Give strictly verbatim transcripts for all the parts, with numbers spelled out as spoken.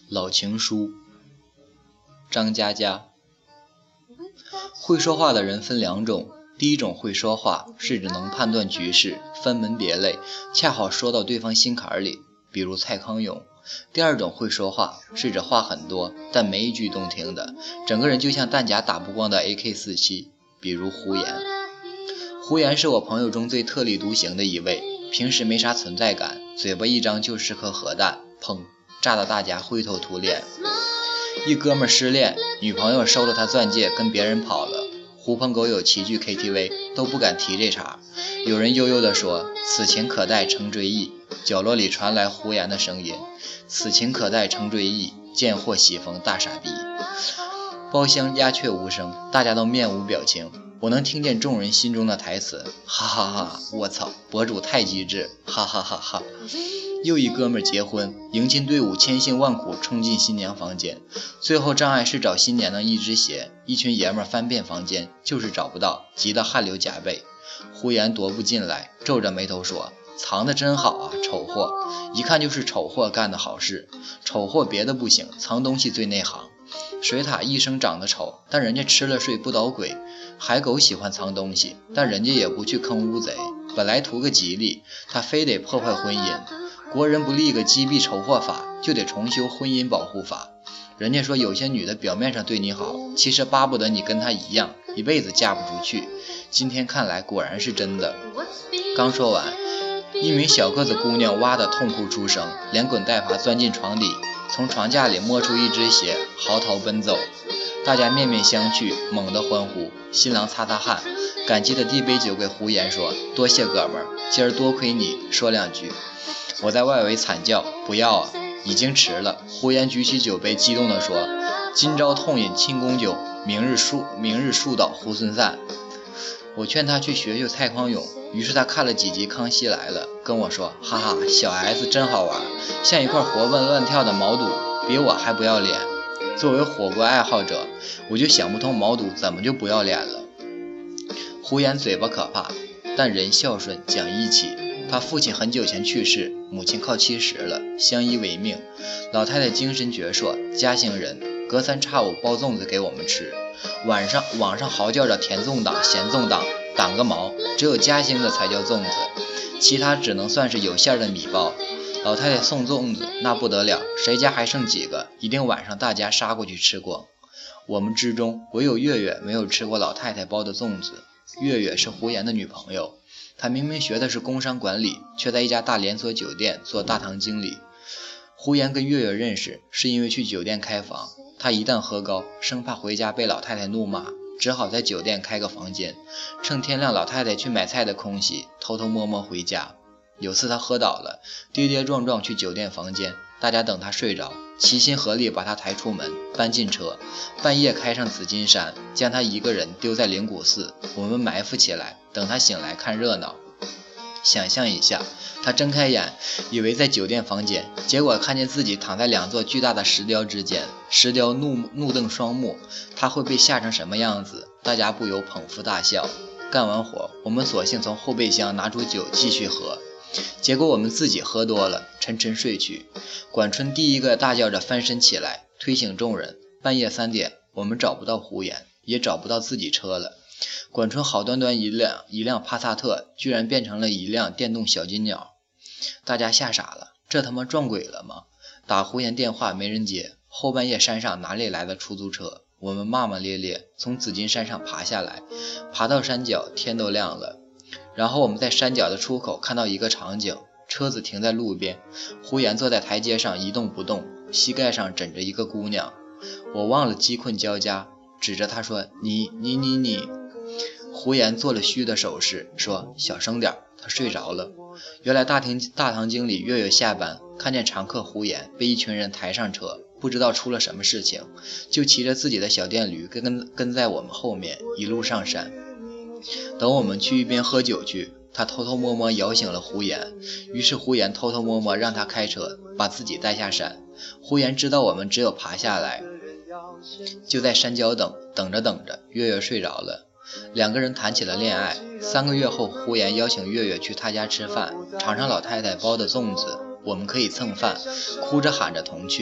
老情书，张嘉佳。会说话的人分两种，第一种会说话，是指能判断局势，分门别类，恰好说到对方心坎里，比如蔡康永。第二种会说话，是指话很多，但没一句动听的，整个人就像弹夹打不光的 A K 四十七， 比如胡言。胡言是我朋友中最特立独行的一位，平时没啥存在感，嘴巴一张就是颗核弹，砰，炸得大家灰头土脸。一哥们失恋，女朋友收了他钻戒跟别人跑了，狐朋狗友齐聚 K T V 都不敢提这茬。有人悠悠地说，此情可待成追忆。角落里传来胡言的声音，此情可待成追忆，见货喜逢大傻逼。包厢鸦雀无声，大家都面无表情，我能听见众人心中的台词，哈哈哈，我操，博主太机智，哈哈哈哈。又一哥们结婚，迎亲队伍千辛万苦冲进新娘房间，最后障碍是找新娘的一只鞋，一群爷们翻遍房间就是找不到，急得汗流浃背。胡言踱步进来，皱着眉头说，藏得真好啊，丑货，一看就是丑货干的好事。丑货别的不行，藏东西最内行。水獭一生长得丑，但人家吃了睡不捣鬼。海狗喜欢藏东西，但人家也不去坑乌贼。本来图个吉利，他非得破坏婚姻。国人不立个击毙丑货法，就得重修婚姻保护法。人家说有些女的表面上对你好，其实巴不得你跟她一样，一辈子嫁不出去。今天看来果然是真的。刚说完，一名小个子姑娘哇的痛哭出声，连滚带爬钻进床底，从床架里摸出一只鞋，嚎啕奔走。大家面面相觑，猛地欢呼。新郎擦擦汗，感激的递杯酒给胡言说，多谢哥们儿，今儿多亏你，说两句。我在外围惨叫，不要啊，已经迟了。胡言举起酒杯，激动地说，今朝痛饮庆功酒，明日树明日树倒猢狲散。我劝他去学学蔡康永，于是他看了几集康熙来了，跟我说，哈哈，小 S 真好玩，像一块活蹦乱跳的毛肚，比我还不要脸。作为火锅爱好者，我就想不通毛肚怎么就不要脸了。胡言嘴巴可怕，但人孝顺讲义气。他父亲很久前去世，母亲靠七十了，相依为命。老太太精神矍铄，嘉兴人，隔三差五包粽子给我们吃。晚上网上嚎叫着甜粽党、咸粽党，党个毛，只有嘉兴的才叫粽子，其他只能算是有馅的米包。老太太送粽子那不得了，谁家还剩几个，一定晚上大家杀过去吃光。我们之中唯有月月没有吃过老太太包的粽子。月月是胡言的女朋友，她明明学的是工商管理，却在一家大连锁酒店做大堂经理。胡言跟月月认识是因为去酒店开房，他一旦喝高，生怕回家被老太太怒骂，只好在酒店开个房间，趁天亮老太太去买菜的空隙，偷偷摸摸回家。有次他喝倒了，跌跌撞撞去酒店房间，大家等他睡着，齐心合力把他抬出门，搬进车，半夜开上紫金山，将他一个人丢在灵谷寺，我们埋伏起来，等他醒来看热闹。想象一下，他睁开眼，以为在酒店房间，结果看见自己躺在两座巨大的石雕之间，石雕怒怒瞪双目，他会被吓成什么样子？大家不由捧腹大笑。干完活，我们索性从后备箱拿出酒继续喝，结果我们自己喝多了，沉沉睡去。管春第一个大叫着翻身起来，推醒众人。半夜三点，我们找不到胡言，也找不到自己车了。管春好端端一辆一辆帕萨特，居然变成了一辆电动小金鸟。大家吓傻了，这他妈撞鬼了吗？打胡言电话没人接，后半夜山上哪里来的出租车？我们骂骂咧咧从紫金山上爬下来，爬到山脚，天都亮了。然后我们在山脚的出口看到一个场景，车子停在路边，胡言坐在台阶上一动不动，膝盖上枕着一个姑娘。我忘了饥困交加，指着他说，你你你你。胡言做了虚的手势，说小声点，他睡着了。原来大厅大堂经理月月下班，看见常客胡言被一群人抬上车，不知道出了什么事情，就骑着自己的小电驴跟跟跟在我们后面一路上山。等我们去一边喝酒去，他偷偷摸摸摇醒了胡言，于是胡言偷偷摸摸让他开车，把自己带下山。胡言知道我们只有爬下来，就在山脚等，等着等着，月月睡着了。两个人谈起了恋爱。三个月后，胡言邀请月月去他家吃饭，尝尝老太太包的粽子，我们可以蹭饭，哭着喊着同去。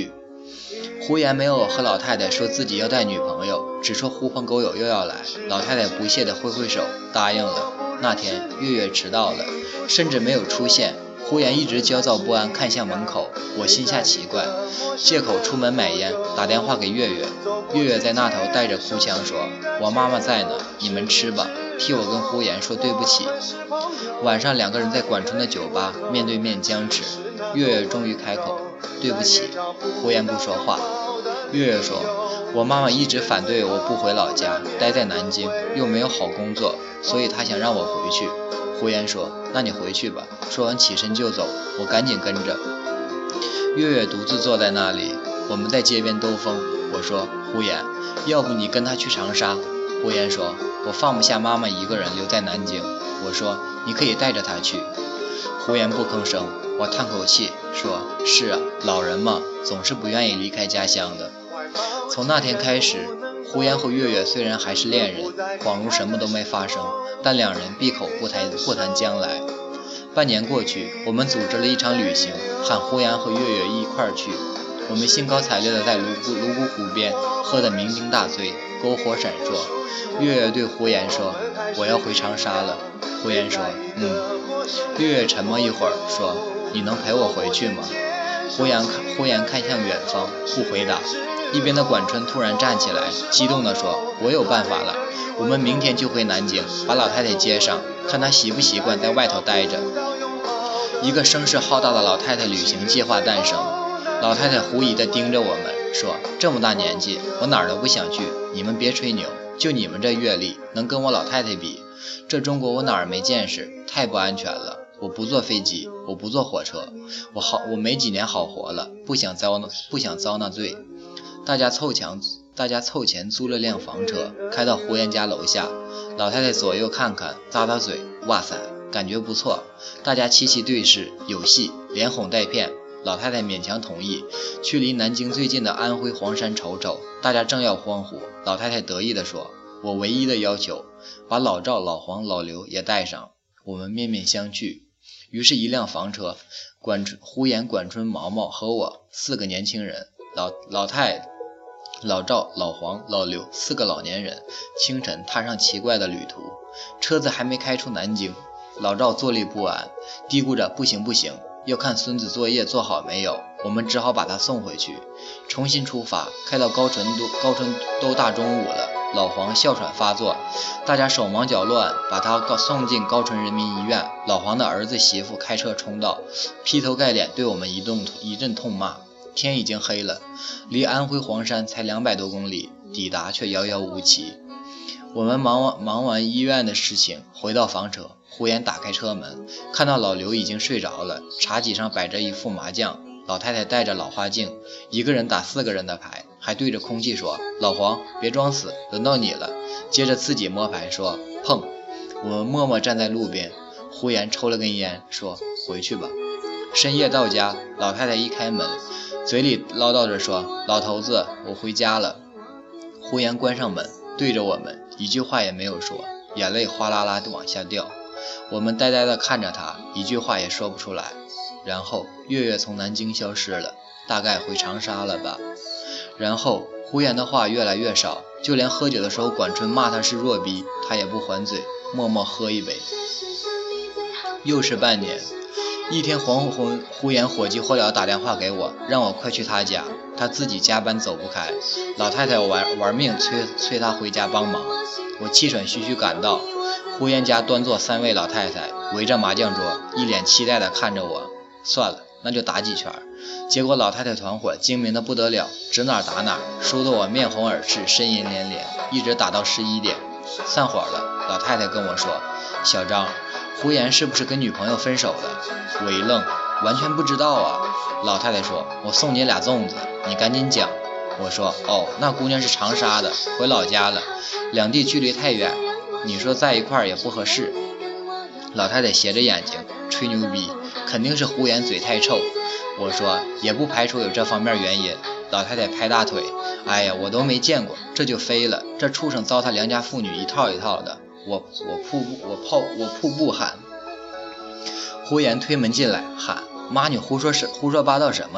胡言没有和老太太说自己要带女朋友，只说狐朋狗友又要来。老太太不屑地挥挥手答应了。那天月月迟到了，甚至没有出现。胡言一直焦躁不安，看向门口。我心下奇怪，借口出门买烟，打电话给月月。月月在那头带着哭腔说：“我妈妈在呢，你们吃吧，替我跟胡言说对不起。”晚上两个人在管春的酒吧面对面僵持。月月终于开口：“对不起。”胡言不说话。月月说：“我妈妈一直反对我不回老家，待在南京又没有好工作，所以她想让我回去。”胡言说：“那你回去吧。”说完起身就走，我赶紧跟着。月月独自坐在那里，我们在街边兜风。我说：“胡言，要不你跟他去长沙？”胡言说：“我放不下妈妈一个人留在南京。”我说：“你可以带着她去。”胡言不吭声。我叹口气说：“是啊，老人嘛，总是不愿意离开家乡的。”从那天开始，胡言和月月虽然还是恋人，恍如什么都没发生，但两人闭口不谈不谈将来。半年过去，我们组织了一场旅行，喊胡言和月月一块儿去。我们兴高采烈地在泸沽泸沽湖边喝得酩酊大醉，篝火闪烁。月月对胡言说：“我要回长沙了。”胡言说：“嗯。”月月沉默一会儿说：“你能陪我回去吗？”胡言看胡言看向远方，不回答。一边的管春突然站起来，激动地说：“我有办法了，我们明天就回南京，把老太太接上，看她习不习惯在外头待着。”一个声势浩大的老太太旅行计划诞生。老太太狐疑地盯着我们说：“这么大年纪，我哪儿都不想去，你们别吹牛，就你们这阅历，能跟我老太太比？这中国我哪儿没见识，太不安全了。我不坐飞机，我不坐火车，我好我没几年好活了，不想遭不想遭那罪。”大家凑强，大家凑钱租了辆房车，开到胡言家楼下。老太太左右看看，咂咂嘴，哇塞，感觉不错。大家齐齐对视，有戏，连哄带骗。老太太勉强同意，去离南京最近的安徽黄山瞅瞅。大家正要欢呼，老太太得意地说：“我唯一的要求，把老赵、老黄、老刘也带上。”我们面面相觑。于是，一辆房车，管春、胡言、管春、毛毛和我四个年轻人，老老太。老赵、老黄、老刘四个老年人，清晨踏上奇怪的旅途。车子还没开出南京，老赵坐立不安，嘀咕着不行不行，要看孙子作业做好没有。我们只好把他送回去，重新出发。开到高淳都高淳都大中午了，老黄哮喘发作，大家手忙脚乱，把他送进高淳人民医院。老黄的儿子媳妇开车冲到，劈头盖脸对我们一顿一阵痛骂。天已经黑了，离安徽黄山才两百多公里，抵达却遥遥无期。我们忙完忙完医院的事情，回到房车。胡言打开车门，看到老刘已经睡着了，茶几上摆着一副麻将。老太太戴着老花镜，一个人打四个人的牌，还对着空气说：“老黄，别装死，轮到你了。”接着自己摸牌说：“碰。”我们默默站在路边。胡言抽了根烟，说：“回去吧。”深夜到家，老太太一开门，嘴里唠叨着说：“老头子，我回家了。”胡言关上门，对着我们，一句话也没有说，眼泪哗啦啦地往下掉。我们呆呆地看着他，一句话也说不出来。然后月月从南京消失了，大概回长沙了吧。然后胡言的话越来越少，就连喝酒的时候管春骂他是弱逼，他也不还嘴，默默喝一杯。又是半年。一天黄昏，胡言火急火燎打电话给我，让我快去他家，他自己加班走不开，老太太玩玩命催催他回家帮忙。我气喘吁吁赶到，胡言家端坐三位老太太，围着麻将桌，一脸期待地看着我。算了，那就打几圈。结果老太太团伙精明得不得了，指哪打哪，输得我面红耳赤，呻吟连连，一直打到十一点。散伙了，老太太跟我说：“小张，胡言是不是跟女朋友分手了？”我一愣，完全不知道啊。老太太说：“我送你俩粽子，你赶紧讲。”我说：“哦，那姑娘是长沙的，回老家了，两地距离太远，你说在一块儿也不合适。”老太太斜着眼睛吹牛逼，肯定是胡言嘴太臭。我说：“也不排除有这方面原因。”老太太拍大腿：“哎呀，我都没见过，这就飞了，这畜生糟蹋良家妇女一套一套的。”我我瀑布我泡我瀑布喊。胡言推门进来喊：“妈，你胡说什胡说八道什么呢？”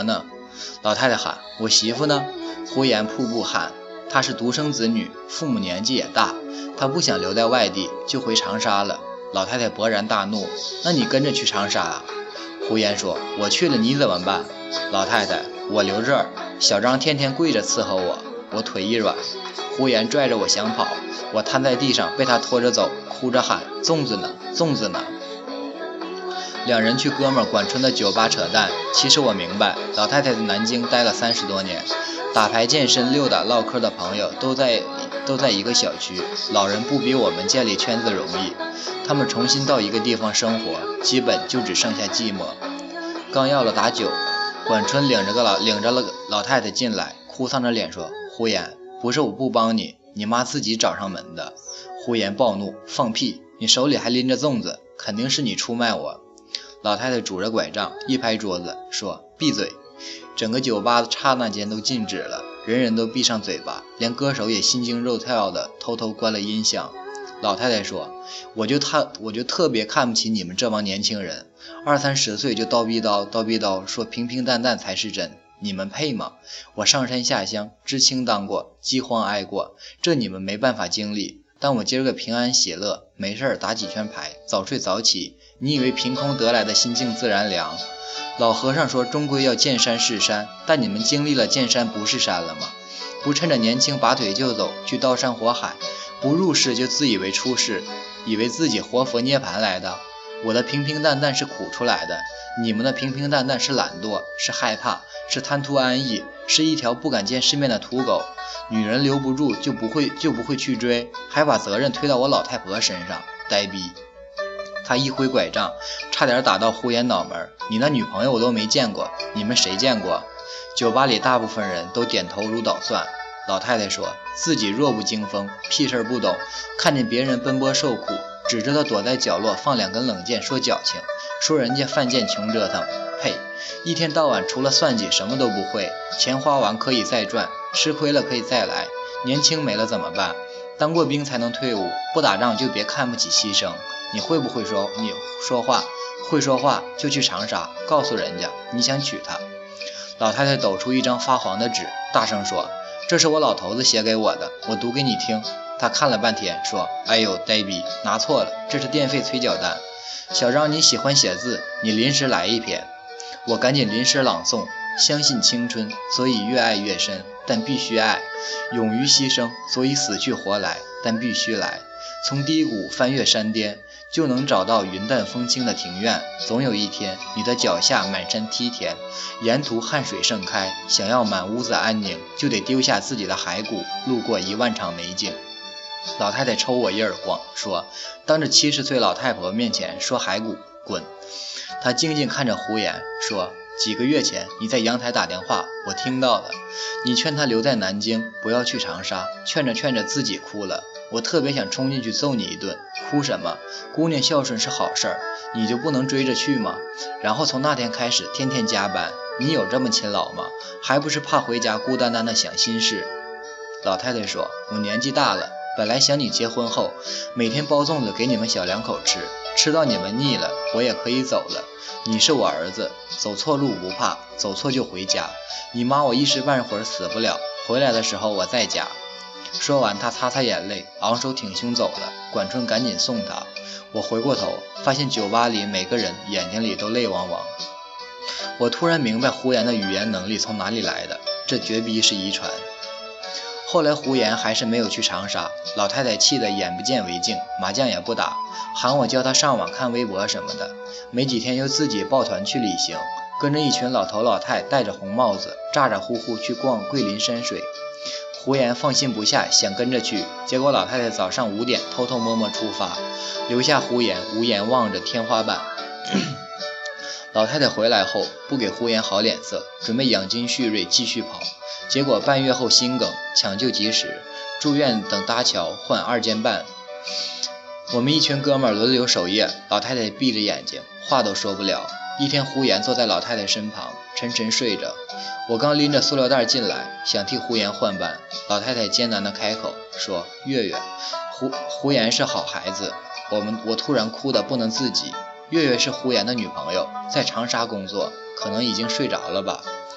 老太太喊：我媳妇呢？胡言瀑布喊：她是独生子女，父母年纪也大，她不想留在外地，就回长沙了。老太太勃然大怒：那你跟着去长沙啊？胡言说：我去了你怎么办？老太太：我留这儿，小张天天跪着伺候我，我腿一软。胡言拽着我想跑，我瘫在地上被他拖着走，哭着喊：粽子呢？粽子呢？两人去哥们管春的酒吧扯淡。其实我明白，老太太在南京待了三十多年，打牌、健身、溜达、唠嗑的朋友都在都在一个小区。老人不比我们建立圈子容易，他们重新到一个地方生活，基本就只剩下寂寞。刚要了打酒，管春领着个老领着了个老太太进来，哭丧着脸说：胡言，不是我不帮你，你妈自己找上门的。胡言暴怒：放屁，你手里还拎着粽子，肯定是你出卖我。老太太拄着拐杖一拍桌子说：闭嘴。整个酒吧刹那间都静止了，人人都闭上嘴巴，连歌手也心惊肉跳的偷偷关了音响。老太太说：我就特我就特别看不起你们这帮年轻人，二三十岁就叨逼叨叨逼叨说平平淡淡才是真，你们配吗？我上山下乡，知青当过，饥荒挨过，这你们没办法经历。但我今儿个平安喜乐，没事儿打几圈牌，早睡早起，你以为凭空得来的心静自然凉？老和尚说终归要见山是山，但你们经历了见山不是山了吗？不趁着年轻拔腿就走，去刀山火海，不入世就自以为出世，以为自己活佛涅槃来的。我的平平淡淡是苦出来的，你们的平平淡淡是懒惰，是害怕，是贪图安逸，是一条不敢见世面的土狗。女人留不住就不会就不会去追，还把责任推到我老太婆身上，呆逼。他一挥拐杖，差点打到胡言脑门。你那女朋友我都没见过，你们谁见过？酒吧里大部分人都点头如捣蒜。老太太说自己弱不禁风，屁事不懂，看见别人奔波受苦，只知道躲在角落放两根冷箭说矫情，说人家犯贱穷折腾。呸！一天到晚除了算计什么都不会，钱花完可以再赚，吃亏了可以再来，年轻没了怎么办？当过兵才能退伍，不打仗就别看不起牺牲。你会不会说你说话？会说话就去长沙，告诉人家你想娶她。老太太抖出一张发黄的纸，大声说：这是我老头子写给我的，我读给你听。他看了半天说：哎呦呆逼，拿错了，这是电费催缴单。小张你喜欢写字，你临时来一篇。我赶紧临时朗诵：相信青春，所以越爱越深，但必须爱；勇于牺牲，所以死去活来，但必须来。从低谷翻越山巅，就能找到云淡风轻的庭院。总有一天，你的脚下满山梯田，沿途汉水盛开。想要满屋子安宁，就得丢下自己的骸骨，路过一万场美景。老太太抽我一耳光，说：当着七十岁老太婆面前说骸骨，滚！她静静看着胡言，说：几个月前你在阳台打电话，我听到了，你劝他留在南京，不要去长沙，劝着劝着自己哭了。我特别想冲进去揍你一顿，哭什么？姑娘孝顺是好事儿，你就不能追着去吗？然后从那天开始天天加班，你有这么勤劳吗？还不是怕回家孤单单的想心事。老太太说：我年纪大了，本来想你结婚后每天包粽子给你们小两口吃，吃到你们腻了，我也可以走了。你是我儿子，走错路不怕，走错就回家。你妈我一时半会儿死不了，回来的时候我在家。说完他擦擦眼泪，昂首挺胸走了。管春赶紧送他。我回过头，发现酒吧里每个人眼睛里都泪汪汪。我突然明白胡言的语言能力从哪里来的，这绝逼是遗传。后来胡言还是没有去长沙，老太太气得眼不见为净，麻将也不打，喊我教她上网看微博什么的。没几天又自己抱团去旅行，跟着一群老头老太戴着红帽子，咋咋呼呼去逛桂林山水。胡言放心不下，想跟着去，结果老太太早上五点偷偷摸摸出发，留下胡言无言望着天花板。老太太回来后不给胡言好脸色，准备养精蓄锐继续跑，结果半月后心梗，抢救及时，住院等搭桥换二尖瓣。我们一群哥们儿轮流守夜，老太太闭着眼睛，话都说不了。一天胡言坐在老太太身旁，沉沉睡着。我刚拎着塑料袋进来，想替胡言换班，老太太艰难地开口说：月月，胡胡言是好孩子。我们我突然哭得不能自己。月月是胡言的女朋友，在长沙工作，可能已经睡着了吧。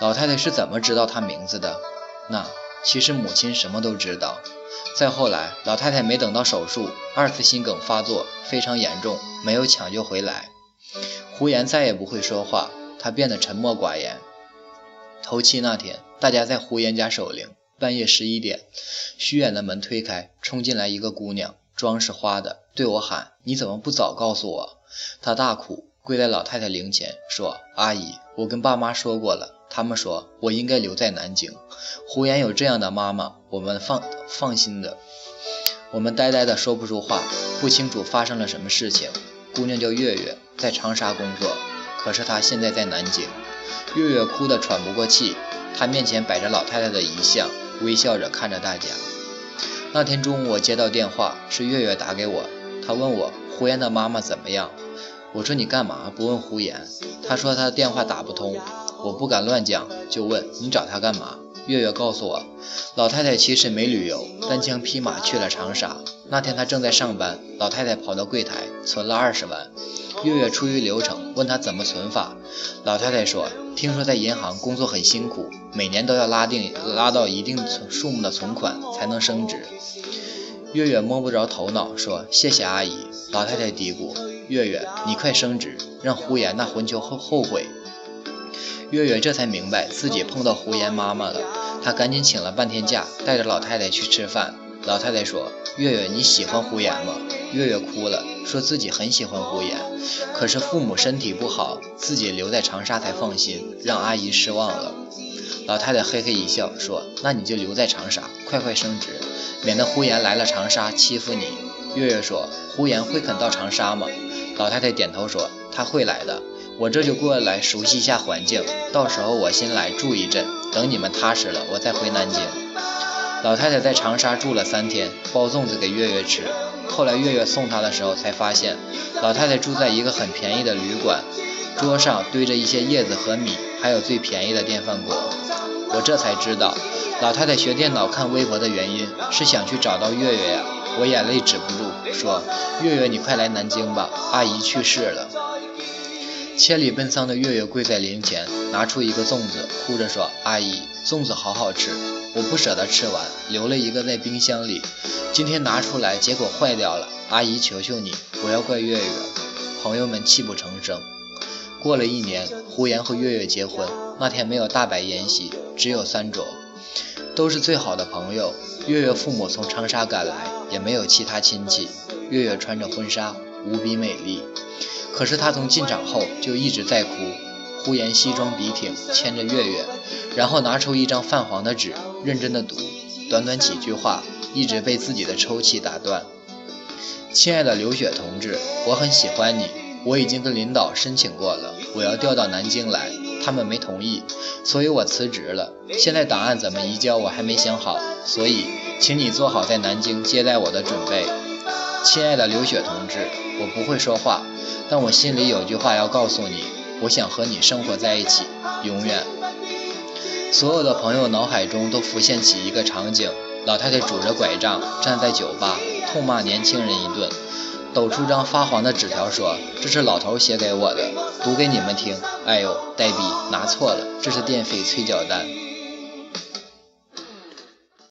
老太太是怎么知道他名字的？那其实母亲什么都知道。再后来，老太太没等到手术，二次心梗发作，非常严重，没有抢救回来。胡言再也不会说话，他变得沉默寡言。头七那天，大家在胡言家守灵，半夜十一点，虚掩的门推开，冲进来一个姑娘，妆是花的，对我喊：你怎么不早告诉我？她大哭，跪在老太太灵前说：阿姨，我跟爸妈说过了，他们说我应该留在南京。胡言有这样的妈妈，我们放放心的。我们呆呆的说不出话，不清楚发生了什么事情。姑娘叫月月，在长沙工作，可是她现在在南京。月月哭得喘不过气，她面前摆着老太太的遗像，微笑着看着大家。那天中午我接到电话，是月月打给我，她问我胡言的妈妈怎么样。我说你干嘛不问胡言？她说她的电话打不通。我不敢乱讲，就问你找她干嘛。月月告诉我，老太太其实没旅游，单枪匹马去了长沙。那天她正在上班，老太太跑到柜台存了二十万。月月出于流程，问她怎么存法。老太太说，听说在银行工作很辛苦，每年都要拉定拉到一定数目的存款才能升职。月月摸不着头脑，说谢谢阿姨。老太太嘀咕，月月你快升职，让胡言那混球后后悔。月月这才明白自己碰到胡言妈妈了，她赶紧请了半天假，带着老太太去吃饭。老太太说，月月你喜欢胡言吗？月月哭了，说自己很喜欢胡言，可是父母身体不好，自己留在长沙才放心，让阿姨失望了。老太太嘿嘿一笑，说那你就留在长沙，快快升职，免得胡言来了长沙欺负你。月月说，胡言会肯到长沙吗？老太太点头说，他会来的，我这就过来熟悉一下环境，到时候我先来住一阵，等你们踏实了我再回南京。老太太在长沙住了三天，包粽子给月月吃。后来月月送她的时候才发现，老太太住在一个很便宜的旅馆，桌上堆着一些叶子和米，还有最便宜的电饭锅。我这才知道，老太太学电脑看微博的原因是想去找到月月呀。我眼泪止不住，说月月你快来南京吧，阿姨去世了。千里奔丧的月月跪在灵前，拿出一个粽子，哭着说，阿姨，粽子好好吃，我不舍得吃完，留了一个在冰箱里，今天拿出来结果坏掉了，阿姨求求你，不要怪月月。朋友们泣不成声。过了一年，胡言和月月结婚，那天没有大摆筵席，只有三桌，都是最好的朋友。月月父母从长沙赶来，也没有其他亲戚。月月穿着婚纱，无比美丽，可是她从进场后就一直在哭。胡言西装笔挺，牵着月月，然后拿出一张泛黄的纸，认真的读，短短几句话，一直被自己的抽泣打断。亲爱的刘雪同志，我很喜欢你，我已经跟领导申请过了，我要调到南京来，他们没同意，所以我辞职了。现在档案怎么移交我还没想好，所以请你做好在南京接待我的准备。亲爱的刘雪同志，我不会说话，但我心里有句话要告诉你，我想和你生活在一起，永远。所有的朋友脑海中都浮现起一个场景，老太太拄着拐杖站在酒吧，痛骂年轻人一顿，抖出张发黄的纸条说，这是老头写给我的，读给你们听。哎呦，代币拿错了，这是电费催缴单。